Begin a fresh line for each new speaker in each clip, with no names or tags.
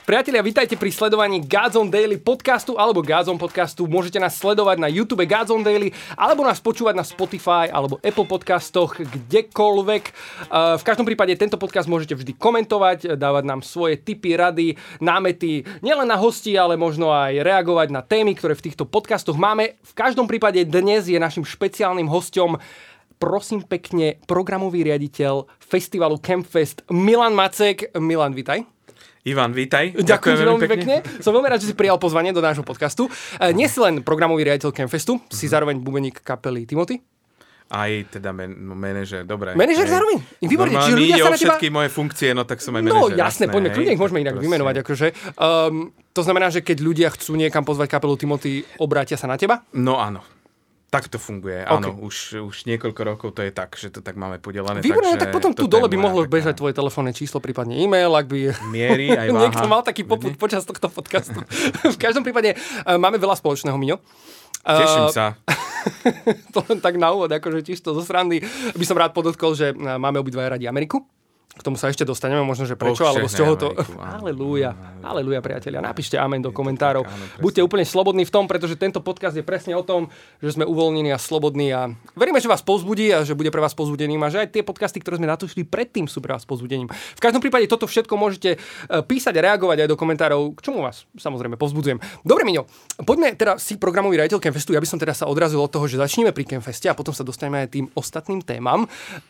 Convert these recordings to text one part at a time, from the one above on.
Priatelia, vítajte pri sledovaní Godzone Daily podcastu alebo Godzone podcastu. Môžete nás sledovať na YouTube Godzone Daily alebo nás počúvať na Spotify alebo Apple podcastoch, kdekoľvek. V každom prípade tento podcast môžete vždy komentovať, dávať nám svoje tipy, rady, námety, nielen na hosti, ale možno aj reagovať na témy, ktoré v týchto podcastoch máme. V každom prípade dnes je našim špeciálnym hosťom, prosím pekne, programový riaditeľ festivalu Campfest Milan Macek. Milan, vítaj.
Ivan, vítaj.
Ďakujem veľmi pekne. Som veľmi rád, že si prijal pozvanie do nášho podcastu. Nie si len programový riaditeľ Campfestu, si zároveň bubeník kapely Timothy.
Aj teda manažer, dobre.
Manažer zároveň? Výborne, čiže ľudia sa na teba...
všetky moje funkcie, no tak som aj
No
manažer.
jasné, poďme, kľudne ich môžeme inak vymenovať. Akože. To znamená, že keď ľudia chcú niekam pozvať kapelu Timothy, obrátia sa na teba?
No áno. Tak to funguje,
okay.
Áno, už niekoľko rokov to je tak, že to tak máme podelené.
Výborné, tak potom tu dole by mohlo bežať tvoje telefónne číslo, prípadne e-mail, ak by
miery, aj váha.
Niekto mal taký popud počas tohto podcastu. V každom prípade máme veľa spoločného, Miňo.
Teším sa.
To len tak na úvod, akože čisto zo srandy. By som rád podotkol, že máme obidvaja radi Ameriku. K tomu sa ešte dostaneme, možno, že prečo, alebo z čoho to... Halelúja, priatelia. Napíšte amen do komentárov. Buďte úplne slobodní v tom, pretože tento podcast je presne o tom, že sme uvoľnení a slobodní a veríme, že vás povzbudí a že bude pre vás povzbudením a že aj tie podcasty, ktoré sme natočili predtým, sú pre vás povzbudením. V každom prípade toto všetko môžete písať a reagovať aj do komentárov, k čomu vás samozrejme povzbudzujem. Dobre, Miňo, poďme teda si programový riaditeľ Campfestu. Ja by som teda sa odrazil od toho, že začneme pri Campfeste a potom sa dostaneme aj tým ostatným témam.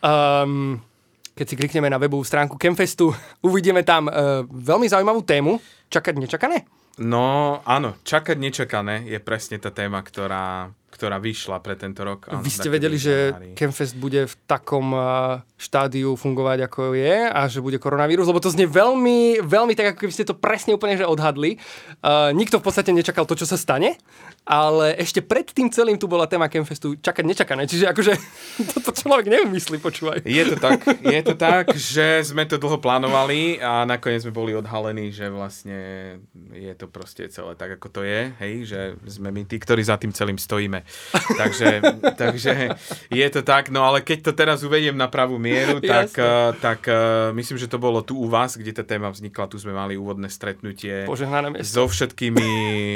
Keď si klikneme na webovú stránku Campfestu, uvidíme tam veľmi zaujímavú tému. Čakať nečakané?
No áno, čakať nečakané je presne tá téma, ktorá vyšla pre tento rok.
Vy ste vedeli, že Campfest bude v takom štádiu fungovať, ako je a že bude koronavírus, lebo to znie veľmi, veľmi tak, ako keby ste to presne úplne že odhadli. Nikto v podstate nečakal to, čo sa stane, ale ešte pred tým celým tu bola téma Campfestu čakať nečakané. Čiže akože toto človek nevymyslí, počúvaj.
Je to tak, že sme to dlho plánovali a nakoniec sme boli odhalení, že vlastne je to proste celé tak, ako to je, hej, že sme my tí, ktorí za tým celým stojíme. Takže je to tak, no ale keď to teraz uvediem na pravú mieru, tak myslím, že to bolo tu u vás, kde tá téma vznikla, tu sme mali úvodné stretnutie so všetkými...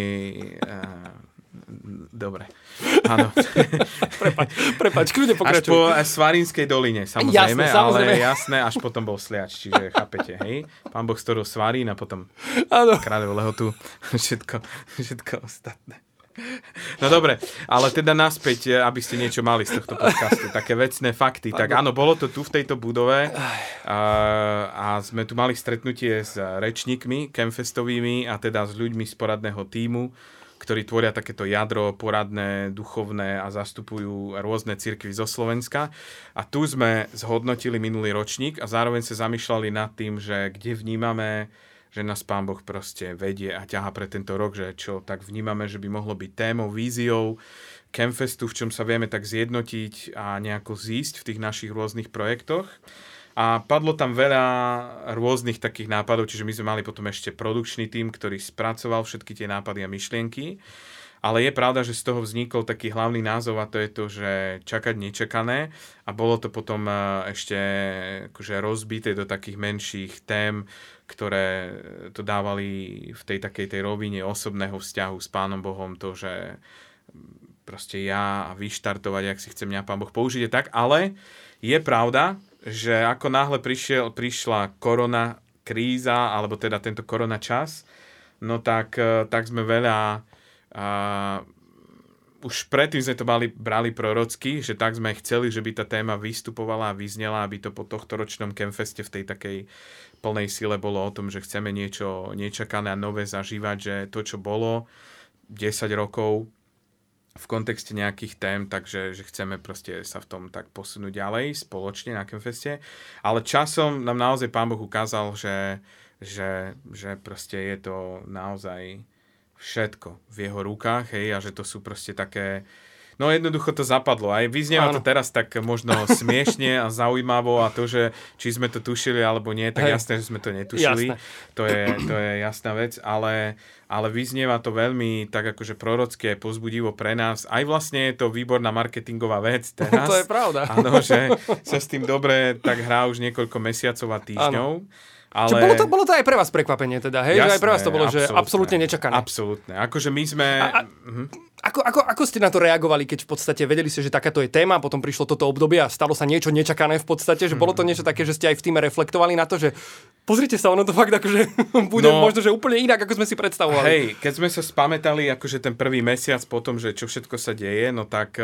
Dobre. Áno.
Prepač, kľudne pokračuj.
Až po Svarínskej doline, samozrejme, ale jasné, až potom bol Sliač, čiže chápete, hej? Pán Boh stvoril Svarín a potom Kráľovú Lehotu, všetko ostatné. No dobre, ale teda naspäť, aby ste niečo mali z tohto podcastu, také vecné fakty. Tak áno, bolo to tu v tejto budove a sme tu mali stretnutie s rečníkmi campfestovými a teda s ľuďmi z poradného tímu, ktorí tvoria takéto jadro poradné, duchovné a zastupujú rôzne cirkvi zo Slovenska. A tu sme zhodnotili minulý ročník a zároveň sa zamýšľali nad tým, že kde vnímame, že nás Pán Boh proste vedie a ťahá pre tento rok, že čo tak vnímame, že by mohlo byť témou, víziou Campfestu, v čom sa vieme tak zjednotiť a nejako zísť v tých našich rôznych projektoch. A padlo tam veľa rôznych takých nápadov, čiže my sme mali potom ešte produkčný tím, ktorý spracoval všetky tie nápady a myšlienky. Ale je pravda, že z toho vznikol taký hlavný názov a to je to, že čakať nečakané a bolo to potom ešte akože rozbité do takých menších tém, ktoré to dávali v tej takej tej rovine osobného vzťahu s Pánom Bohom, to, že proste ja a vyštartovať, ak si chce mňa Pán Boh použiť, je tak, ale je pravda, že ako náhle prišla korona kríza, alebo teda tento korona čas, no tak sme veľa už predtým sme to brali prorocky, že tak sme chceli, že by tá téma vystupovala a vyznela, aby to po tohto ročnom Campfeste v tej takej plnej sile bolo o tom, že chceme niečo nečakané a nové zažívať, že to, čo bolo 10 rokov v kontexte nejakých tém, takže že chceme proste sa v tom tak posunúť ďalej spoločne na Campfeste. Ale časom nám naozaj Pán Boh ukázal, že proste je to naozaj všetko v jeho rukách, hej, a že to sú proste také... No jednoducho to zapadlo. Aj vyznieva to teraz tak možno smiešne a zaujímavo a to, že či sme to tušili alebo nie, tak jasné, že sme to netušili. To je jasná vec, ale vyznieva to veľmi tak akože prorocké, pozbudivo pre nás. Aj vlastne je to výborná marketingová vec teraz.
To je pravda.
Áno, že sa s tým dobre tak hrá už niekoľko mesiacov a týždňov.
Ale... Bolo to aj pre vás prekvapenie teda, hej? Jasné, že aj pre vás to bolo, že absolútne nečakané.
Absolútne. Akože my sme...
Ako ste na to reagovali, keď v podstate vedeli ste, že takáto je téma, potom prišlo toto obdobie a stalo sa niečo nečakané v podstate, že bolo to niečo také, že ste aj v týme reflektovali na to, že pozrite sa, ono to fakt akože bude možno, že úplne inak, ako sme si predstavovali.
Hej, keď sme sa spamätali akože ten prvý mesiac potom, že čo všetko sa deje, no tak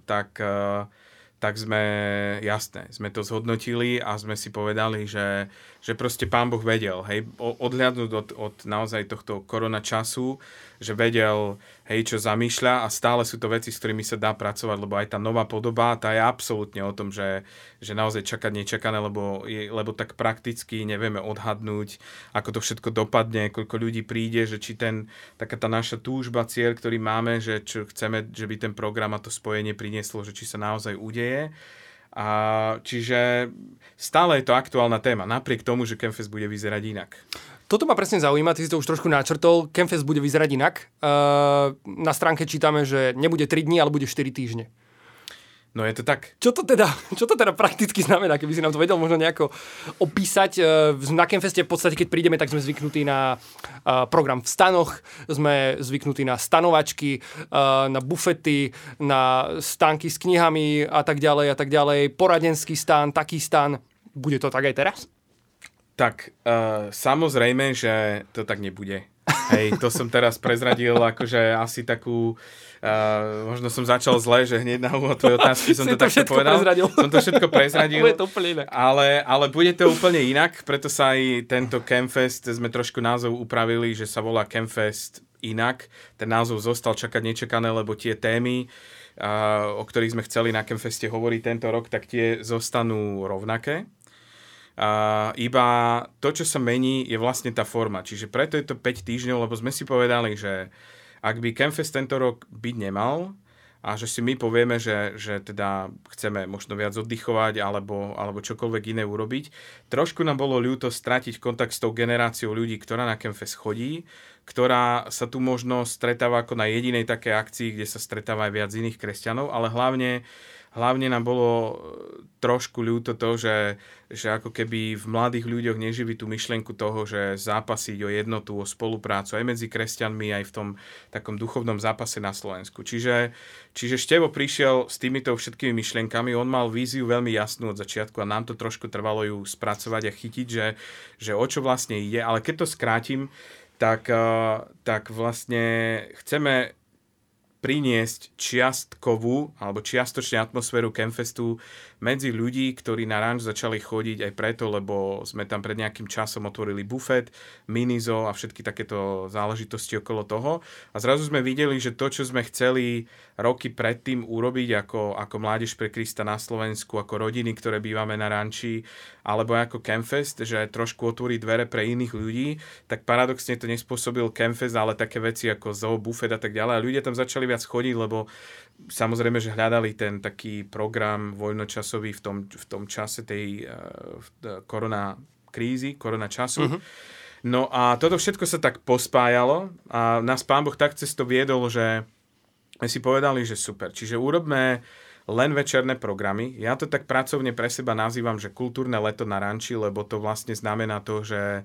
sme, jasné, sme to zhodnotili a sme si povedali, že proste Pán Boh vedel, hej, odhľadnúť od naozaj tohto korona času, že vedel, hej, čo zamýšľa a stále sú to veci, s ktorými sa dá pracovať, lebo aj tá nová podoba, tá je absolútne o tom, že naozaj čakať nečakané, lebo tak prakticky nevieme odhadnúť, ako to všetko dopadne, koľko ľudí príde, že či taká tá naša túžba, cieľ, ktorý máme, že čo chceme, že by ten program a to spojenie prinieslo, že či sa naozaj udeje. A čiže stále je to aktuálna téma, napriek tomu, že Campfest bude vyzerať inak.
Toto ma presne zaujíma, ty si to už trošku načrtol. Campfest bude vyzerať inak. Na stránke čítame, že nebude 3 dní, ale bude 4 týždne.
No je to tak.
Čo to teda prakticky znamená, keby si nám to vedel možno nejako opísať? Na Campfeste v podstate, keď prídeme, tak sme zvyknutí na program v stanoch, sme zvyknutí na stanovačky, na bufety, na stánky s knihami a tak ďalej, poradenský stán, taký stán. Bude to tak aj teraz?
Tak, samozrejme, že to tak nebude. Hej, to som teraz prezradil, akože asi takú... možno som začal zle, že hneď na úvod tvojej otázky som to takto povedal. Som to všetko prezradil.
Bude to úplne inak.
Ale bude to úplne inak, preto sa aj tento Campfest, sme trošku názov upravili, že sa volá Campfest inak. Ten názov zostal čakať nečakané, lebo tie témy, o ktorých sme chceli na Campfeste hovoriť tento rok, tak tie zostanú rovnaké. Iba to, čo sa mení, je vlastne tá forma. Čiže preto je to 5 týždňov, lebo sme si povedali, že ak by Campfest tento rok byť nemal a že si my povieme, že teda chceme možno viac oddychovať alebo čokoľvek iné urobiť, trošku nám bolo ľúto stratiť kontakt s tou generáciou ľudí, ktorá na Campfest chodí, ktorá sa tu možno stretáva ako na jedinej takej akcii, kde sa stretáva aj viac iných kresťanov, ale hlavne nám bolo trošku ľúto to, že ako keby v mladých ľuďoch neživí tú myšlienku toho, že zápasiť o jednotu, o spoluprácu aj medzi kresťanmi, aj v tom takom duchovnom zápase na Slovensku. Čiže Števo prišiel s týmito všetkými myšlienkami, on mal víziu veľmi jasnú od začiatku a nám to trošku trvalo ju spracovať a chytiť, že o čo vlastne ide. Ale keď to skrátim, tak vlastne chceme priniesť čiastkovú alebo čiastočne atmosféru Campfestu medzi ľudí, ktorí na ranč začali chodiť aj preto, lebo sme tam pred nejakým časom otvorili bufet, minizo a všetky takéto záležitosti okolo toho. A zrazu sme videli, že to, čo sme chceli roky predtým urobiť ako Mládež pre Krista na Slovensku, ako rodiny, ktoré bývame na ranči, alebo ako Campfest, že trošku otvorí dvere pre iných ľudí, tak paradoxne to nespôsobil Campfest, ale také veci ako zoo, bufet a tak ďalej. A ľudia tam začali viac chodiť, lebo samozrejme, že hľadali ten taký program voľnočasový v tom čase tej korona času. Uh-huh. No a toto všetko sa tak pospájalo a nás Pán Boh tak cez to viedol, že sme si povedali, že super. Čiže urobme len večerné programy. Ja to tak pracovne pre seba nazývam, že kultúrne leto na ranči, lebo to vlastne znamená to,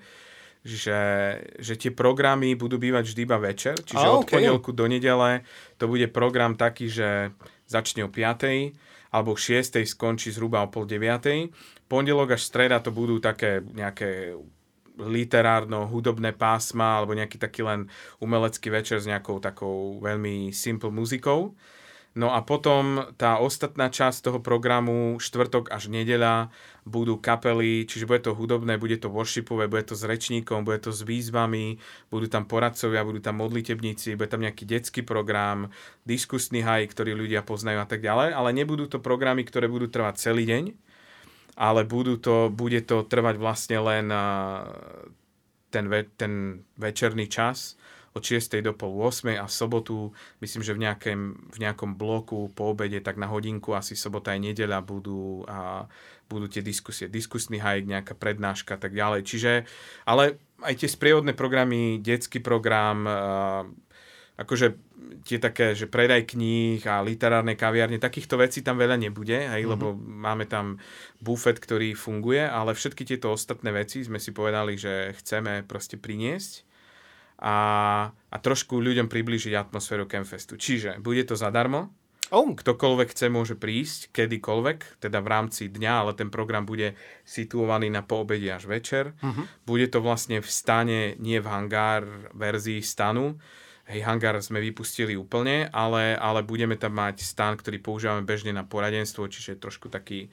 že tie programy budú bývať vždy iba večer, čiže od pondelku do nedele to bude program taký, že začne o 5:00 alebo o 6:00 skončí zhruba o 8:30. Pondelok až streda to budú také nejaké literárno-hudobné pásma alebo nejaký taký len umelecký večer s nejakou takou veľmi simple muzikou. No a potom tá ostatná časť toho programu, štvrtok až nedeľa, budú kapely, čiže bude to hudobné, bude to worshipové, bude to s rečníkom, bude to s výzvami, budú tam poradcovia, budú tam modlitebníci, bude tam nejaký detský program, diskusný haj, ktorý ľudia poznajú a tak ďalej, ale nebudú to programy, ktoré budú trvať celý deň, ale bude to trvať vlastne len ten večerný čas, od 6:00 do 7:30 a v sobotu, myslím, že v nejakom bloku po obede, tak na hodinku, asi sobota aj nedeľa budú tie diskusie. Diskusný hajk, nejaká prednáška a tak ďalej. Čiže, ale aj tie sprievodné programy, detský program, akože tie také, že predaj kníh a literárne kaviárne, takýchto vecí tam veľa nebude, hej, lebo máme tam bufet, ktorý funguje, ale všetky tieto ostatné veci sme si povedali, že chceme proste priniesť a trošku ľuďom priblížiť atmosféru Campfestu. Čiže bude to zadarmo, ktokoľvek chce, môže prísť kedykoľvek, teda v rámci dňa, ale ten program bude situovaný na poobede až večer. Bude to vlastne v stane, nie v hangár verzii stanu. Hej, hangár sme vypustili úplne, ale budeme tam mať stan, ktorý používame bežne na poradenstvo, čiže trošku taký,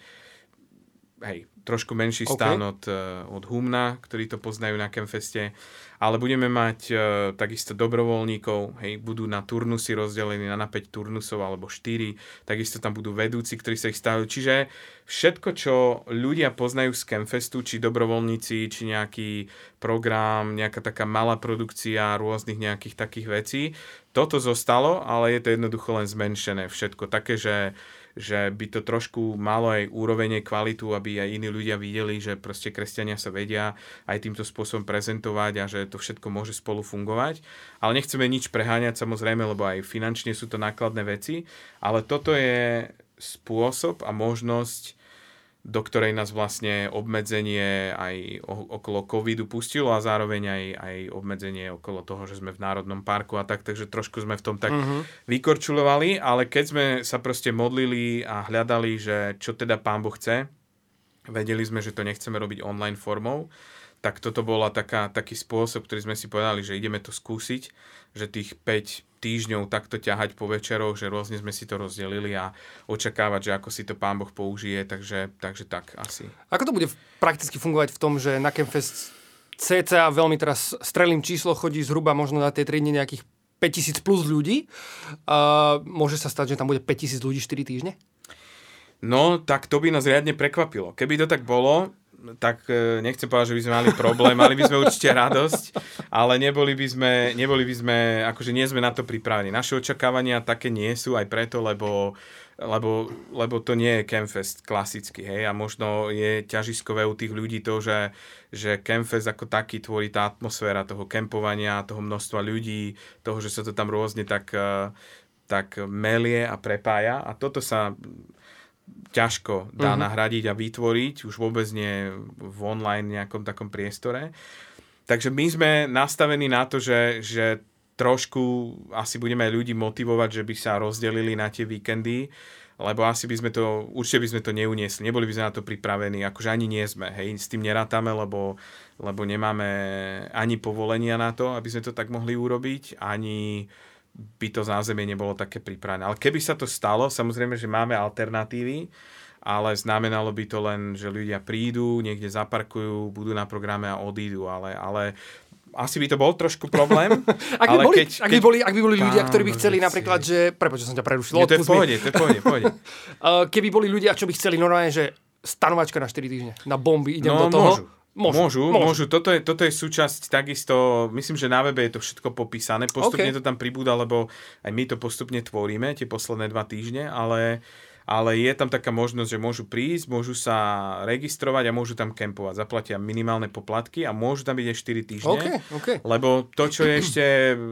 trošku menší stan od Humna, ktorí to poznajú na Campfeste. Ale budeme mať takisto dobrovoľníkov, budú na turnusy rozdelení na 5 turnusov alebo 4, takisto tam budú vedúci, ktorí sa ich stávajú. Čiže všetko, čo ľudia poznajú z Campfestu, či dobrovoľníci, či nejaký program, nejaká taká malá produkcia rôznych nejakých takých vecí, toto zostalo, ale je to jednoducho len zmenšené všetko. Také, že by to trošku malo aj úroveň, kvalitu, aby aj iní ľudia videli, že proste kresťania sa vedia aj týmto spôsobom prezentovať a že to všetko môže spolu fungovať. Ale nechceme nič preháňať, samozrejme, lebo aj finančne sú to nákladné veci, ale toto je spôsob a možnosť, do ktorej nás vlastne obmedzenie aj okolo covidu pustilo a zároveň aj obmedzenie okolo toho, že sme v Národnom parku a tak, takže trošku sme v tom tak vykorčulovali, ale keď sme sa proste modlili a hľadali, že čo teda Pán Boh chce, vedeli sme, že to nechceme robiť online formou, tak toto bola taký spôsob, ktorý sme si povedali, že ideme to skúsiť, že tých 5 týždňov takto ťahať po večeroch, že rôzne sme si to rozdelili a očakávať, že ako si to Pán Boh použije, takže tak asi.
Ako to bude prakticky fungovať v tom, že na Campfest cca veľmi teraz strelím číslo, chodí zhruba možno na tie 3 dni nejakých 5000 plus ľudí. Môže sa stať, že tam bude 5000 ľudí 4 týždne?
No, tak to by nás riadne prekvapilo. Keby to tak bolo, tak nechcem povedať, že by sme mali problém, mali by sme určite radosť, ale neboli by sme, akože nie sme na to pripravení. Naše očakávania také nie sú aj preto, lebo to nie je Campfest klasicky, hej, a možno je ťažiskové u tých ľudí to, že Campfest ako taký tvorí tá atmosféra toho kempovania, toho množstva ľudí, toho, že sa to tam rôzne tak melie a prepája a toto sa ťažko dá nahradiť a vytvoriť, už vôbec nie v online nejakom takom priestore. Takže my sme nastavení na to, že trošku asi budeme aj ľudí motivovať, že by sa rozdelili na tie víkendy, lebo asi určite by sme to neuniesli, neboli by sme na to pripravení, akože ani nie sme, hej, s tým nerátame, lebo nemáme ani povolenia na to, aby sme to tak mohli urobiť, ani by to zázemie nebolo také pripravené. Ale keby sa to stalo, samozrejme, že máme alternatívy, ale znamenalo by to len, že ľudia prídu, niekde zaparkujú, budú na programe a odídu, ale asi by to bol trošku problém.
Ak by boli ľudia, ktorí by chceli napríklad, že... Prepáč, že som ťa prerušil.
To je v pohode.
Keby boli ľudia, čo by chceli normálne, že stanovačka na 4 týždne, na bomby, idem do toho... Môžu. Toto je súčasť takisto, myslím, že na webe je to všetko popísané, postupne to tam pribúda, lebo aj my to postupne tvoríme, tie posledné 2 týždne, ale je tam taká možnosť, že môžu prísť, môžu sa registrovať a môžu tam kempovať, zaplatia minimálne poplatky a môžu tam byť aj 4 týždne, lebo to, čo je ešte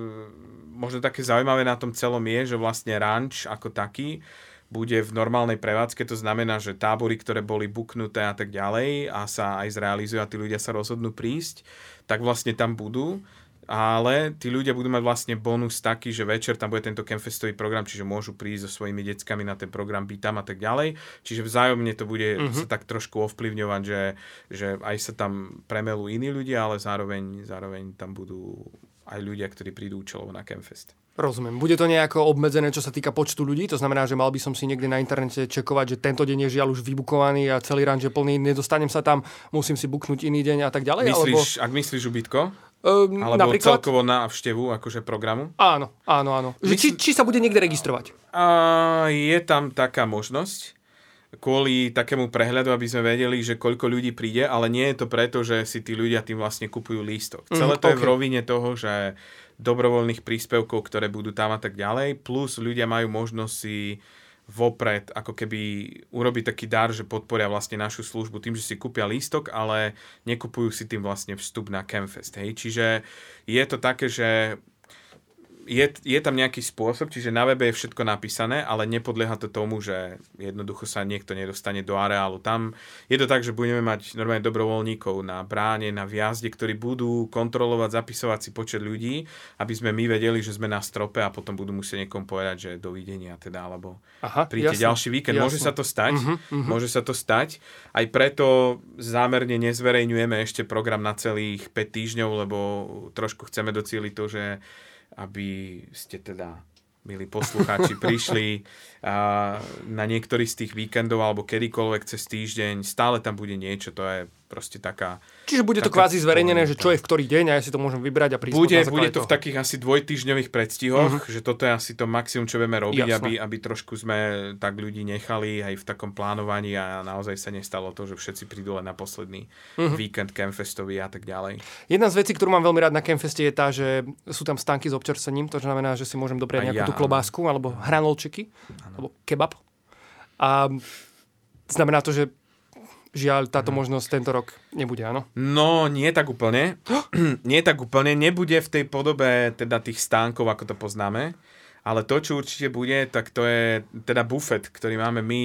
možno také zaujímavé na tom celom je, že vlastne ranč ako taký bude v normálnej prevádzke, to znamená, že tábory, ktoré boli buknuté a tak ďalej a sa aj zrealizujú a tí ľudia sa rozhodnú prísť, tak vlastne tam budú, ale tí ľudia budú mať vlastne bonus taký, že večer tam bude tento campfestový program, čiže môžu prísť so svojimi deckami na ten program, byť tam a tak ďalej, čiže vzájomne to bude sa tak trošku ovplyvňovať, že aj sa tam premelú iní ľudia, ale zároveň tam budú aj ľudia, ktorí prídu účelovo na Campfest. Rozumiem. Bude to nejako obmedzené, čo sa týka počtu ľudí? To znamená, že mal by som si niekde na internete čekovať, že tento deň je žiaľ už vybukovaný a celý ranč je plný, nedostanem sa tam, musím si buknúť iný deň a tak ďalej?
Ak myslíš ubytko? Alebo napríklad celkovo návštevu akože programu?
Áno. Či sa bude niekde registrovať?
Je tam taká možnosť. Kvôli takému prehľadu, aby sme vedeli, že koľko ľudí príde, ale nie je to preto, že si tí ľudia tým vlastne kupujú lístok. Celé to je v rovine toho, že dobrovoľných príspevkov, ktoré budú tam a tak ďalej, plus ľudia majú možnosť si vopred ako keby urobiť taký dar, že podporia vlastne našu službu tým, že si kúpia lístok, ale nekupujú si tým vlastne vstup na Campfest. Hej? Čiže je to také, že je tam nejaký spôsob, čiže na webe je všetko napísané, ale nepodlieha to tomu, že jednoducho sa niekto nedostane do areálu. Tam je to tak, že budeme mať normálne dobrovoľníkov na bráne, na vjazde, ktorí budú kontrolovať, zapisovať si počet ľudí, aby sme my vedeli, že sme na strope a potom budú musieť niekomu povedať, že dovidenia teda, alebo príďte ďalší víkend. Jasne. Môže sa to stať. Môže sa to stať. Aj preto zámerne nezverejňujeme ešte program na celých 5 týždňov, lebo trošku chceme docieliť to, že aby ste teda, milí poslucháči, prišli na niektorý z tých víkendov alebo kedykoľvek cez týždeň. Stále tam bude niečo, to je proste taká...
Čiže bude to kvázi zverejnené, že čo je v ktorý deň a ja si to môžem vybrať a prísť.
Bude to v takých asi dvojtýždňových predstihoch, že toto je asi to maximum, čo vieme robiť, aby trošku sme tak ľudí nechali aj v takom plánovaní a naozaj sa nestalo to, že všetci prídu len na posledný víkend Campfestový a tak ďalej.
Jedna z vecí, ktorú mám veľmi rád na Campfeste, je tá, že sú tam stánky s občerstvením, to znamená, že si môžem dopriať nejakú tú klobásku alebo hranolčiky alebo kebab. A znamená to, že žiaľ, táto možnosť tento rok nebude, áno?
No, nie tak úplne. Nie tak úplne. Nebude v tej podobe teda tých stánkov, ako to poznáme. Ale to, čo určite bude, tak to je teda bufet, ktorý máme my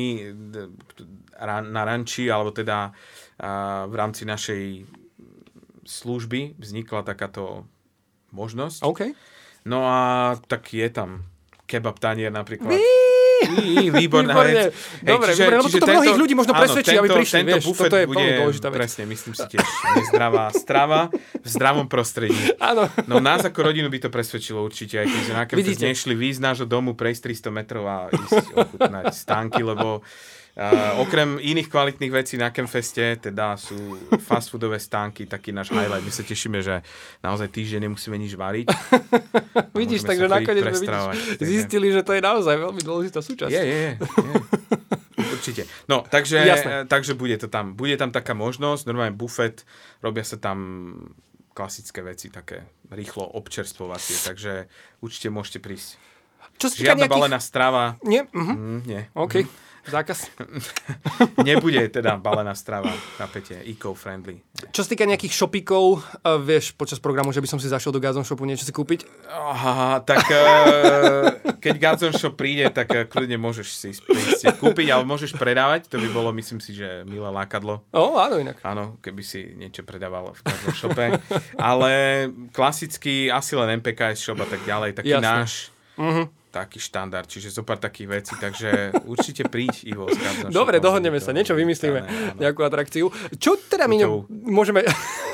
na ranči, alebo teda v rámci našej služby vznikla takáto možnosť.
OK.
No a tak je tam kebab tanier napríklad. Výborná vec.
Dobre, lebo toto mnohých ľudí možno presvedčí, aby prišli.
Tento
vieš,
bufet
toto je
bude,
dôležitá vec.
presne, myslím si tiež, nezdravá strava v zdravom prostredí.
Áno.
No nás ako rodinu by to presvedčilo určite, aj keď sme na Campfest nešli výjsť nášho domu, prejsť 300 metrov a ísť ochutnať stánky, lebo okrem iných kvalitných vecí na Campfeste teda sú fast foodové stánky taký náš highlight. My sa tešíme, že naozaj týždeň nemusíme nič variť.
Vidíš, takže nakoniec sme zistili, že to je naozaj veľmi dôležitá súčasť.
Je. Určite. No, takže bude to tam. Bude tam taká možnosť, normálne bufet, robia sa tam klasické veci, také rýchlo občerstvovacie, takže určite môžete prísť. Žiadna balená strava.
Nie?
Nie.
OK. Zákaz?
Nebude teda balená strava, chápete, eco-friendly.
Čo sa týka nejakých shopíkov, vieš počas programu, že by som si zašiel do Gazon Shopu niečo si kúpiť?
Tak keď Gazon Shop príde, tak kľudne môžeš si prísť kúpiť, ale môžeš predávať, to by bolo, myslím si, že milé lákadlo.
Áno, inak.
Áno, keby si niečo predával v Gazon Shope. Ale klasicky asi len MPKS Shop a tak ďalej, taký náš... taký štandard, čiže zopár takých vecí, takže určite príď, Ivo.
Dobre, dohodneme sa, niečo vymyslíme, nejakú atrakciu. Čo teda my môžeme...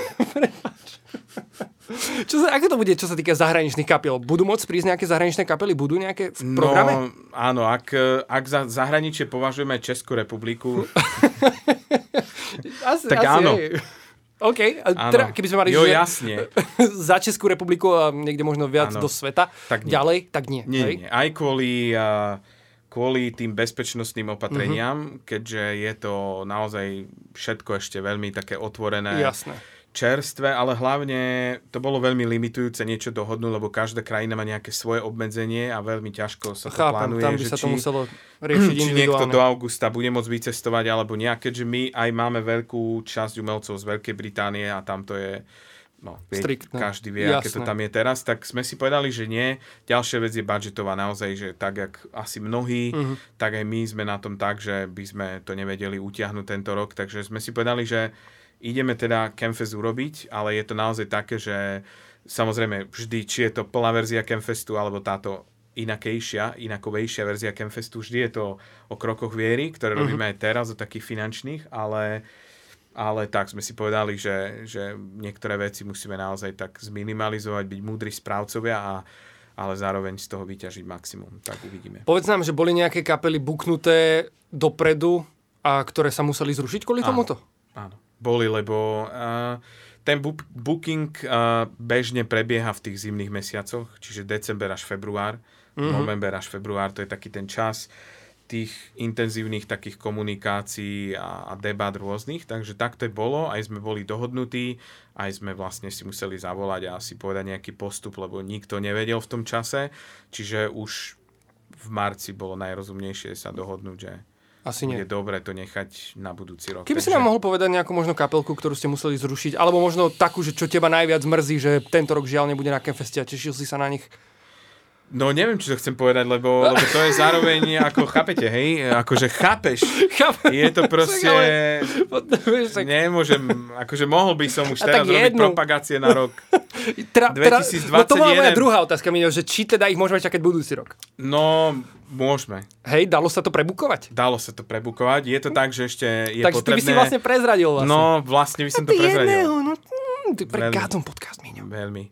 Ako to bude, čo sa týka zahraničných kapiel? Budú môcť prísť nejaké zahraničné kapely? Budú nejaké v programe?
No, áno, ak za zahraničie považujeme Českú republiku, tak áno.
OK, teda, keby sme mali
jasne.
za Českú republiku a niekde možno viac do sveta, tak ďalej, tak nie.
Nie. Aj kvôli tým bezpečnostným opatreniam, keďže je to naozaj všetko ešte veľmi také otvorené.
Jasné.
Čerstvé, ale hlavne to bolo veľmi limitujúce niečo dohodnúť, lebo každá krajina má nejaké svoje obmedzenie a veľmi ťažko sa to plánuje.
Tam by sa to muselo riešiť individuálne. Či niekto
do augusta bude môcť vycestovať alebo nejak, keďže my aj máme veľkú časť umelcov z Veľkej Británie a tam to je striktné. Každý vie, aké to tam je teraz, tak sme si povedali, že nie. Ďalšia vec je budžetová naozaj, že tak, jak asi mnohí, tak aj my sme na tom tak, že by sme to nevedeli utiahnuť tento rok, takže sme si povedali, že ideme teda Campfest urobiť, ale je to naozaj také, že samozrejme vždy, či je to plná verzia Campfestu, alebo táto inakovejšia verzia Campfestu, vždy je to o krokoch viery, ktoré robíme aj teraz, o takých finančných, ale tak sme si povedali, že niektoré veci musíme naozaj tak zminimalizovať, byť múdri správcovia, ale zároveň z toho vyťažiť maximum. Tak uvidíme.
Povedz nám, že boli nejaké kapely buknuté dopredu, a ktoré sa museli zrušiť kvôli tomuto?
Áno. Boli, lebo ten booking bežne prebieha v tých zimných mesiacoch, čiže december až február, november až február, to je taký ten čas tých intenzívnych takých komunikácií a debát rôznych, takže tak to bolo, aj sme boli dohodnutí, aj sme vlastne si museli zavolať a si povedať nejaký postup, lebo nikto nevedel v tom čase, čiže už v marci bolo najrozumnejšie sa dohodnúť, že
asi nie.
Je dobre to nechať na budúci rok.
Keby si nám mohol povedať nejakú možno kapelku, ktorú ste museli zrušiť, alebo možno takú, že čo teba najviac mrzí, že tento rok žiaľ nebude na Campfeste a tešil si sa na nich?
No neviem, čo to chcem povedať, lebo to je zároveň, ako chápete, hej? Akože chápeš. Je to proste... Nemôžem, akože mohol by som už teraz robiť propagácie na rok 2021.
No to bola moja druhá otázka, Miňo, že či teda ich môžeme čakať budúci rok?
No, môžeme.
Hej, dalo sa to prebukovať?
Dalo sa to prebukovať. Je to tak, že ešte je
takže
potrebné...
Takže ty by si vlastne prezradil vlastne.
No, vlastne by som to prezradil.
Ty prekádom podcast, Miňo.
Veľmi.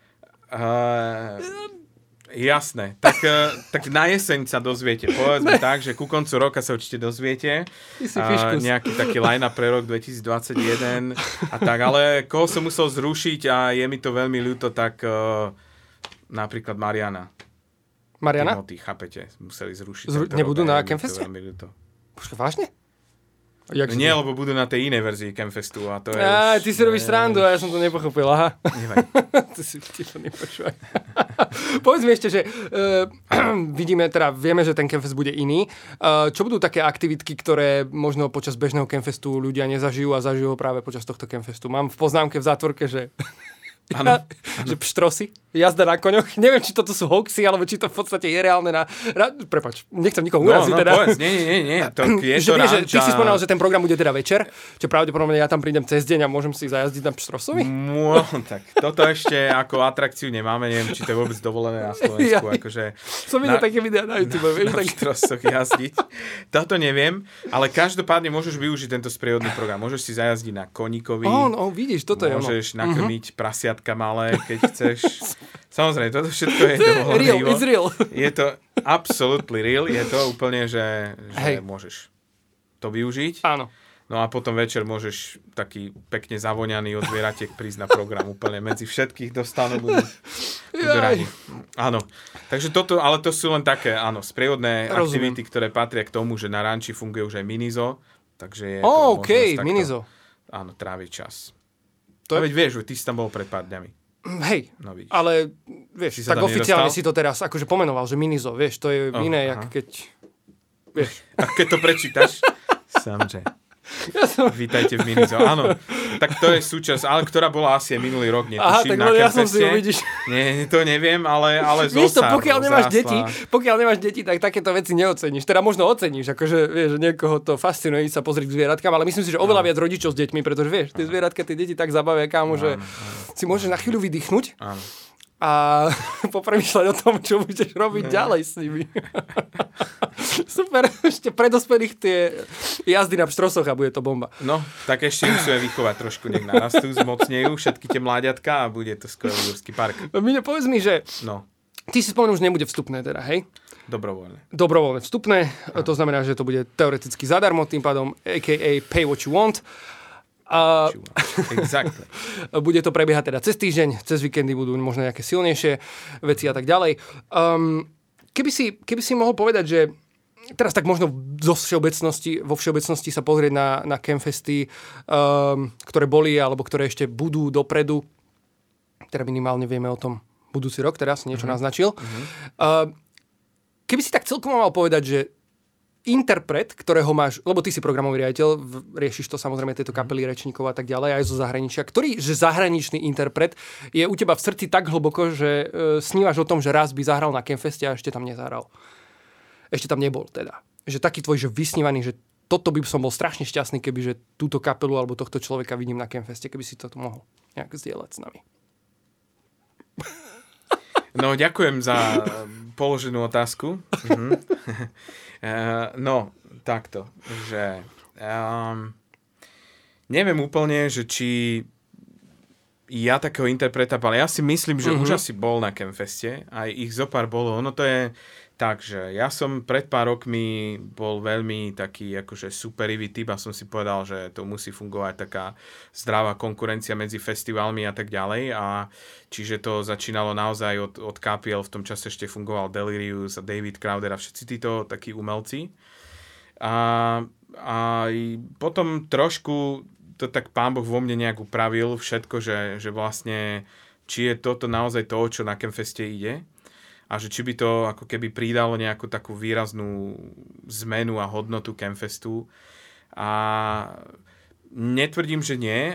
Jasné. Tak na jeseň sa dozviete. Povedzme tak, že ku koncu roka sa určite dozviete. Nejaký taký line-up pre rok 2021 a tak. Ale koho som musel zrušiť a je mi to veľmi ľúto, tak napríklad Mariana? Timothy, chápete? Museli zrušiť.
Nebudú na Campfeste? Počkaj, vážne?
Nie, lebo budú na tej inej verzii Campfestu a to je
ty si robíš srandu a ja som to nepochopil, aha. Ty si to nepočúvaj. Povedz mi ešte, že vidíme, teda vieme, že ten Campfest bude iný. Čo budú také aktivitky, ktoré možno počas bežného Campfestu ľudia nezažijú a zažijú práve počas tohto Campfestu? Mám v poznámke v zátvorke, že... Ano. Že pštrosy, jazda na koňoch. Neviem, či toto sú hoaxy, alebo či to v podstate je reálne Prepáč, nechcem nikomu uraziť teda.
Povedz, nie. To je to ranč.
Ty si spomínal, že ten program bude teda večer, čo pravdepodobne ja tam prídem cez deň a môžem si zajazdiť na pštrosovi?
No, tak toto ešte ako atrakciu nemáme, neviem, či to je vôbec dovolené na Slovensku. Akože
som videl také videá na YouTube, vieš?
Na pštrosoch jazdiť. Toto neviem, ale každopádne môžeš využiť tento sprievodný program. Môžeš si zajazdiť na koníkovi.
Vidíš, toto je ono.
Môžeš nakrmiť prasiatka malé, keď chceš. Samozrejme, toto všetko je dovolené.
Real.
Je to absolutely real. Je to úplne, že môžeš to využiť.
Áno.
No a potom večer môžeš taký pekne zavoňaný od zvieratiek prísť na program. Úplne medzi všetkých dostanú budú radi. Áno. Takže toto, ale to sú len také, sprievodné aktivity, ktoré patria k tomu, že na ranči funguje už aj Minizo. Takže je to možnosť
Minizo.
Áno, tráviť čas. A veď vieš, ty si tam bol pred pár dňami.
Hej, ale vieš, tak oficiálne si to teraz akože pomenoval, že Minizo, vieš, to je iné, jak keď... Vieš.
A keď to prečítaš, samže. Vítajte v Minizo. Áno, tak to je súčasť, ale ktorá bola asi aj minulý rok, netuším,
tak ja som si ju vidíš.
Nie, to neviem, ale
Víš to, pokiaľ nemáš deti, tak takéto veci neoceníš. Teda možno oceníš, akože vieš, niekoho to fascinuje sa pozrieť k zvieratkám, ale myslím si, že oveľa viac rodičov s deťmi, pretože vieš, tie zvieratka, tie deti tak zabavia, kámo, že si môžeš na chvíľu vydýchnuť. A popremýšľať o tom, čo budeš robiť ďalej s nimi. Super, ešte pre dospelých tie jazdy na pštrosoch a bude to bomba.
No, tak ešte musíme vychovať trošku, nech narastú, zmocnejú všetky tie mláďatka a bude to skvelý Jurský park.
Mine, povedz mi, že ty si spomenul, že nebude vstupné teda, hej? Dobrovoľné vstupné, to znamená, že to bude teoreticky zadarmo, tým pádom a.k.a. pay what you want.
Exactly.
Bude to prebiehať teda cez týždeň, cez víkendy budú možno nejaké silnejšie veci a tak ďalej. Keby si mohol povedať, že teraz tak možno vo všeobecnosti sa pozrieť na Campfesty, ktoré boli alebo ktoré ešte budú dopredu, teda minimálne vieme o tom budúci rok, teraz niečo naznačil. Keby si tak celkom mal povedať, že interpret, ktorého máš, lebo ty si programový riaditeľ, riešiš to samozrejme tieto kapely rečníkov a tak ďalej, aj zo zahraničia, že zahraničný interpret je u teba v srdci tak hlboko, že snívaš o tom, že raz by zahral na Campfeste a ešte tam nezahral. Ešte tam nebol teda. Že taký tvoj, že vysnívaný, že toto by som bol strašne šťastný, keby že túto kapelu alebo tohto človeka vidím na Campfeste, keby si to tu mohol nejak zdieľať s nami.
No, ďakujem za položenú otázku. No, takto, že neviem úplne, že či ja takého interpreta, ale ja si myslím, že už asi bol na Campfeste, aj ich zopár bolo. Ono to je tak, že ja som pred pár rokmi bol veľmi taký akože superivý typ a som si povedal, že to musí fungovať taká zdravá konkurencia medzi festivalmi a tak ďalej. A čiže to začínalo naozaj od kapiel, v tom čase ešte fungoval Delirious a David Crowder a všetci títo takí umelci. A potom trošku to tak Pán Boh vo mne nejak upravil všetko, že vlastne či je toto naozaj to, čo na Campfeste ide. A že či by to ako keby pridalo nejakú takú výraznú zmenu a hodnotu Campfestu. A netvrdím, že nie,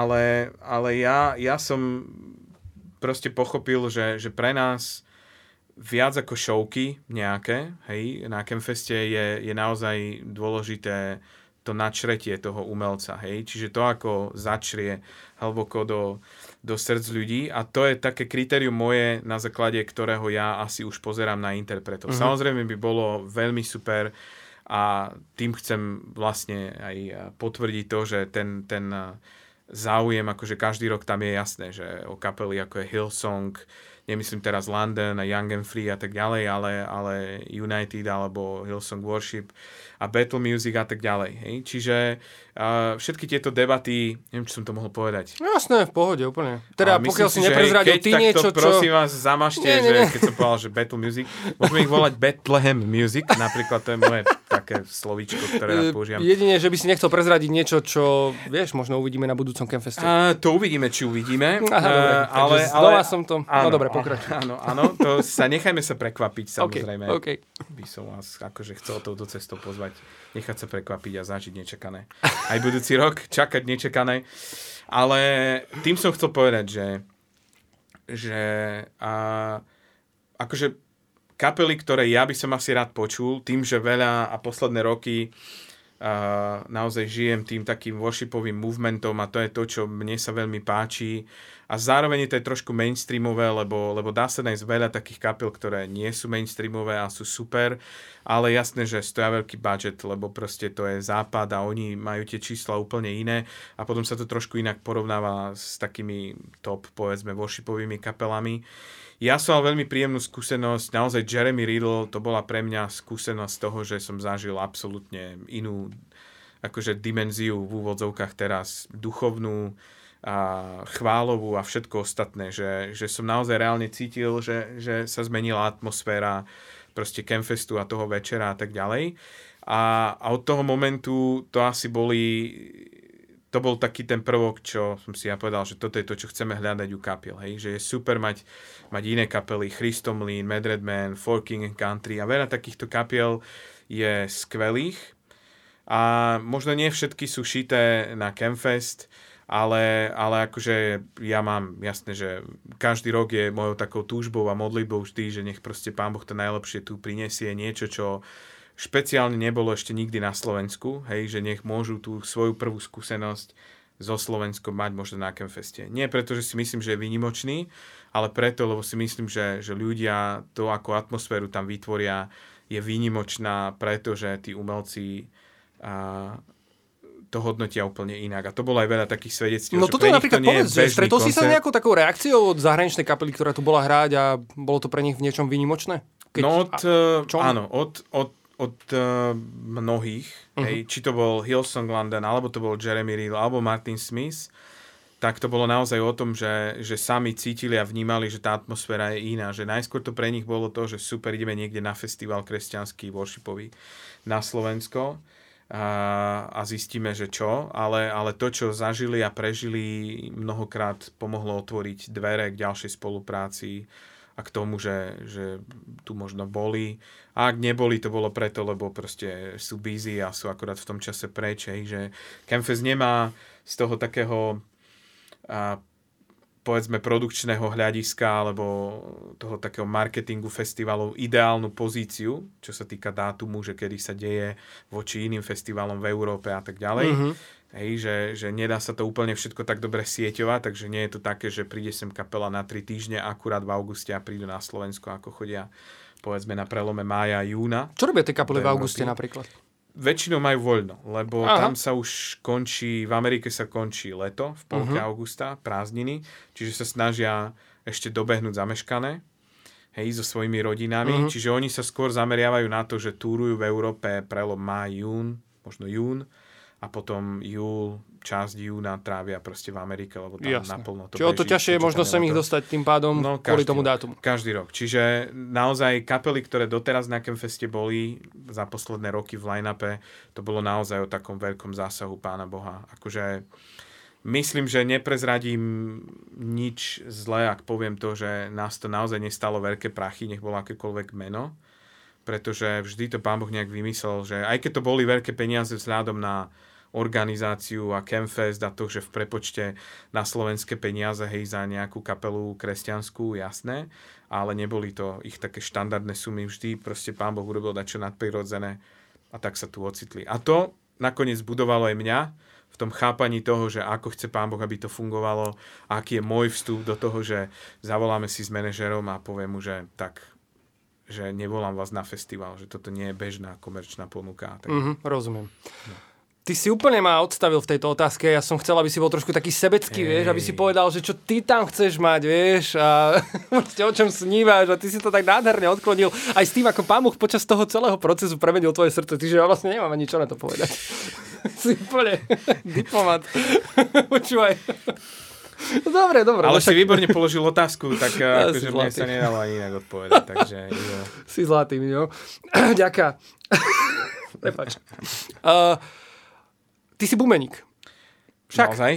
ale ja som proste pochopil, že pre nás viac ako showky nejaké, hej, na Campfeste je naozaj dôležité to načretie toho umelca, hej, čiže to, ako začrie hlboko do srdc ľudí a to je také kritérium moje, na základe ktorého ja asi už pozerám na interpretov. Samozrejme by bolo veľmi super a tým chcem vlastne aj potvrdiť to, že ten záujem, akože každý rok tam je jasné, že o kapely ako je Hillsong, nemyslím teraz London a Young and Free a tak ďalej, ale United alebo Hillsong Worship a Battle Music a tak ďalej. Hej? Čiže všetky tieto debaty, neviem, čo som to mohol povedať.
No jasné, v pohode, úplne. Teda pokiaľ si neprezradil ty niečo, čo...
prosím vás, zamažte, že keď som povedal, že Battle Music, môžeme ich volať Bethlehem Music, napríklad to je moje také slovíčko, ktoré ja používam.
Jedine, že by si nechcel prezradiť niečo, čo, vieš, možno uvidíme na budúcom Campfeste.
To uvidíme, či uvidíme.
Aha, dobre, znova som to...
Áno,
no dobre, pokračuj.
Áno, to nechajme sa prekvapiť, samozrejme.
Okay.
By som vás akože chcel touto cestou pozvať, nechať sa prekvapiť a zažiť nečakané. Aj budúci rok čakať nečakané. Ale tým som chcel povedať, že akože kapely, ktoré ja by som asi rád počul, tým, že veľa a posledné roky naozaj žijem tým takým worshipovým movementom a to je to, čo mne sa veľmi páči. A zároveň to je trošku mainstreamové, lebo dá sa nájsť veľa takých kapiel, ktoré nie sú mainstreamové a sú super, ale jasné, že stoja veľký budget, lebo proste to je západ a oni majú tie čísla úplne iné a potom sa to trošku inak porovnáva s takými top, povedzme, worshipovými kapelami. Ja som mal veľmi príjemnú skúsenosť, naozaj Jeremy Riddle, to bola pre mňa skúsenosť toho, že som zažil absolútne inú akože dimenziu v úvodzovkách teraz, duchovnú, a chválovú a všetko ostatné, že som naozaj reálne cítil, že sa zmenila atmosféra proste Campfestu a toho večera a tak ďalej. A od toho momentu to asi to bol taký ten prvok, čo som si ja povedal, že toto je to, čo chceme hľadať u kapiel, hej? Že je super mať iné kapely, Christomlin, Mad Red Man, For King and Country a veľa takýchto kapiel je skvelých a možno nie všetky sú šité na Campfest, ale akože ja mám jasné, že každý rok je mojou takou túžbou a modlitbou vždy, že nech proste Pán Boh to najlepšie tu prinesie, niečo, čo špeciálne nebolo ešte nikdy na Slovensku, hej, že nech môžu tú svoju prvú skúsenosť so Slovenskom mať možno na Campfeste. Nie preto, že si myslím, že je výnimočný, ale preto, lebo si myslím, že ľudia to, ako atmosféru tam vytvoria, je výnimočná, pretože tí umelci to hodnotia úplne inak. A to bolo aj veľa takých svedectiev.
No toto napríklad povedz, že stretol si sa nejakou takou reakciou od zahraničnej kapely, ktorá tu bola hrať a bolo to pre nich v niečom výnimočné?
Áno, od mnohých, hej, či to bol Hillsong London, alebo to bol Jeremy Riddle, alebo Martin Smith, tak to bolo naozaj o tom, že sami cítili a vnímali, že tá atmosféra je iná. Že najskôr to pre nich bolo to, že super, ideme niekde na festival kresťanský, worshipový na Slovensko a zistíme, že čo, ale to, čo zažili a prežili, mnohokrát pomohlo otvoriť dvere k ďalšej spolupráci a k tomu, že tu možno boli. A ak neboli, to bolo preto, lebo proste sú busy a sú akorát v tom čase preč. Že Campfest nemá z toho takého povedzme produkčného hľadiska alebo toho takého marketingu festivalov ideálnu pozíciu, čo sa týka dátumu, že kedy sa deje voči iným festivalom v Európe a tak ďalej. Hej, že nedá sa to úplne všetko tak dobre sieťovať, takže nie je to také, že príde sem kapela na 3 týždne akurát v auguste a prídu na Slovensko, ako chodia povedzme na prelome mája a júna.
Čo robia tie kapely v auguste napríklad?
Väčšinou majú voľno, lebo tam sa už končí, v Amerike sa končí leto, v polke augusta, prázdniny, čiže sa snažia ešte dobehnúť zameškané, hej, so svojimi rodinami, čiže oni sa skôr zameriavajú na to, že túrujú v Európe prelom máj, jún, možno jún, a potom júl, časť júna trávia proste v Amerike, lebo tam naplno to beží.
Čiže o to ťažšie je možno sem ich dostať tým pádom kvôli tomu dátumu.
Každý rok. Čiže naozaj kapely, ktoré doteraz na Campfeste boli za posledné roky v line-upe, to bolo naozaj o takom veľkom zásahu Pána Boha. Akože myslím, že neprezradím nič zlé, ak poviem to, že nás to naozaj nestalo veľké prachy, nech bolo akékoľvek meno, pretože vždy to Pán Boh nejak vymyslel, že aj keď to boli veľké peniaze vzhľadom na organizáciu a Campfest a to, že v prepočte na slovenské peniaze, hej, za nejakú kapelu kresťanskú, jasné, ale neboli to ich také štandardné sumy vždy, proste Pán Boh urobil dačo nadprirodzené a tak sa tu ocitli. A to nakoniec budovalo aj mňa v tom chápaní toho, že ako chce Pán Boh, aby to fungovalo, aký je môj vstup do toho, že zavoláme si s manažerom a poviem mu, že tak, že nevolám vás na festival, že toto nie je bežná komerčná ponuka. Tak...
Rozumiem. No. Ty si úplne ma odstavil v tejto otázke. Ja som chcel, aby si bol trošku taký sebecký, vieš, aby si povedal, že čo ty tam chceš mať, vieš, a o čom snívaš, a ty si to tak nádherne odklonil aj s tým, ako Pán Boh počas toho celého procesu premenil tvoje srdce. Tyže ja vlastne nemám ani čo na to povedať. Si úplne diplomat. Počúvaj. Dobre.
Ale si výborne položil otázku, tak akože mne sa nedalo ani inak odpovedať, takže...
Si zlatý, jo. Ďaká. Prepáč. Ty si bumeník.
Však. Naozaj?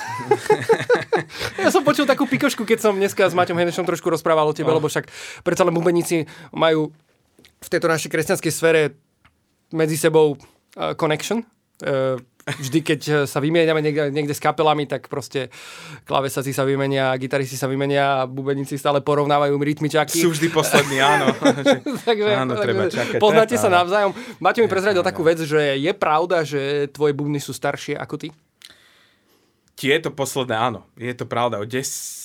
Ja som počul takú pikošku, keď som dneska s Maťom Henešom trošku rozprával o tebe, lebo však predsa len bubeníci majú v tejto našej kresťanskej sfére medzi sebou connection. Vždy, keď sa vymieňame niekde s kapelami, tak proste klavesáci sa vymenia, gitaristi sa vymenia a bubeníci stále porovnávajú rytmičaky.
Sú vždy poslední, áno.
takže
treba čakať.
Poznáte sa navzájom. Maťo mi prezradil takú vec, že je pravda, že tvoje bubny sú staršie ako ty?
Tieto posledné, áno. Je to pravda. O 10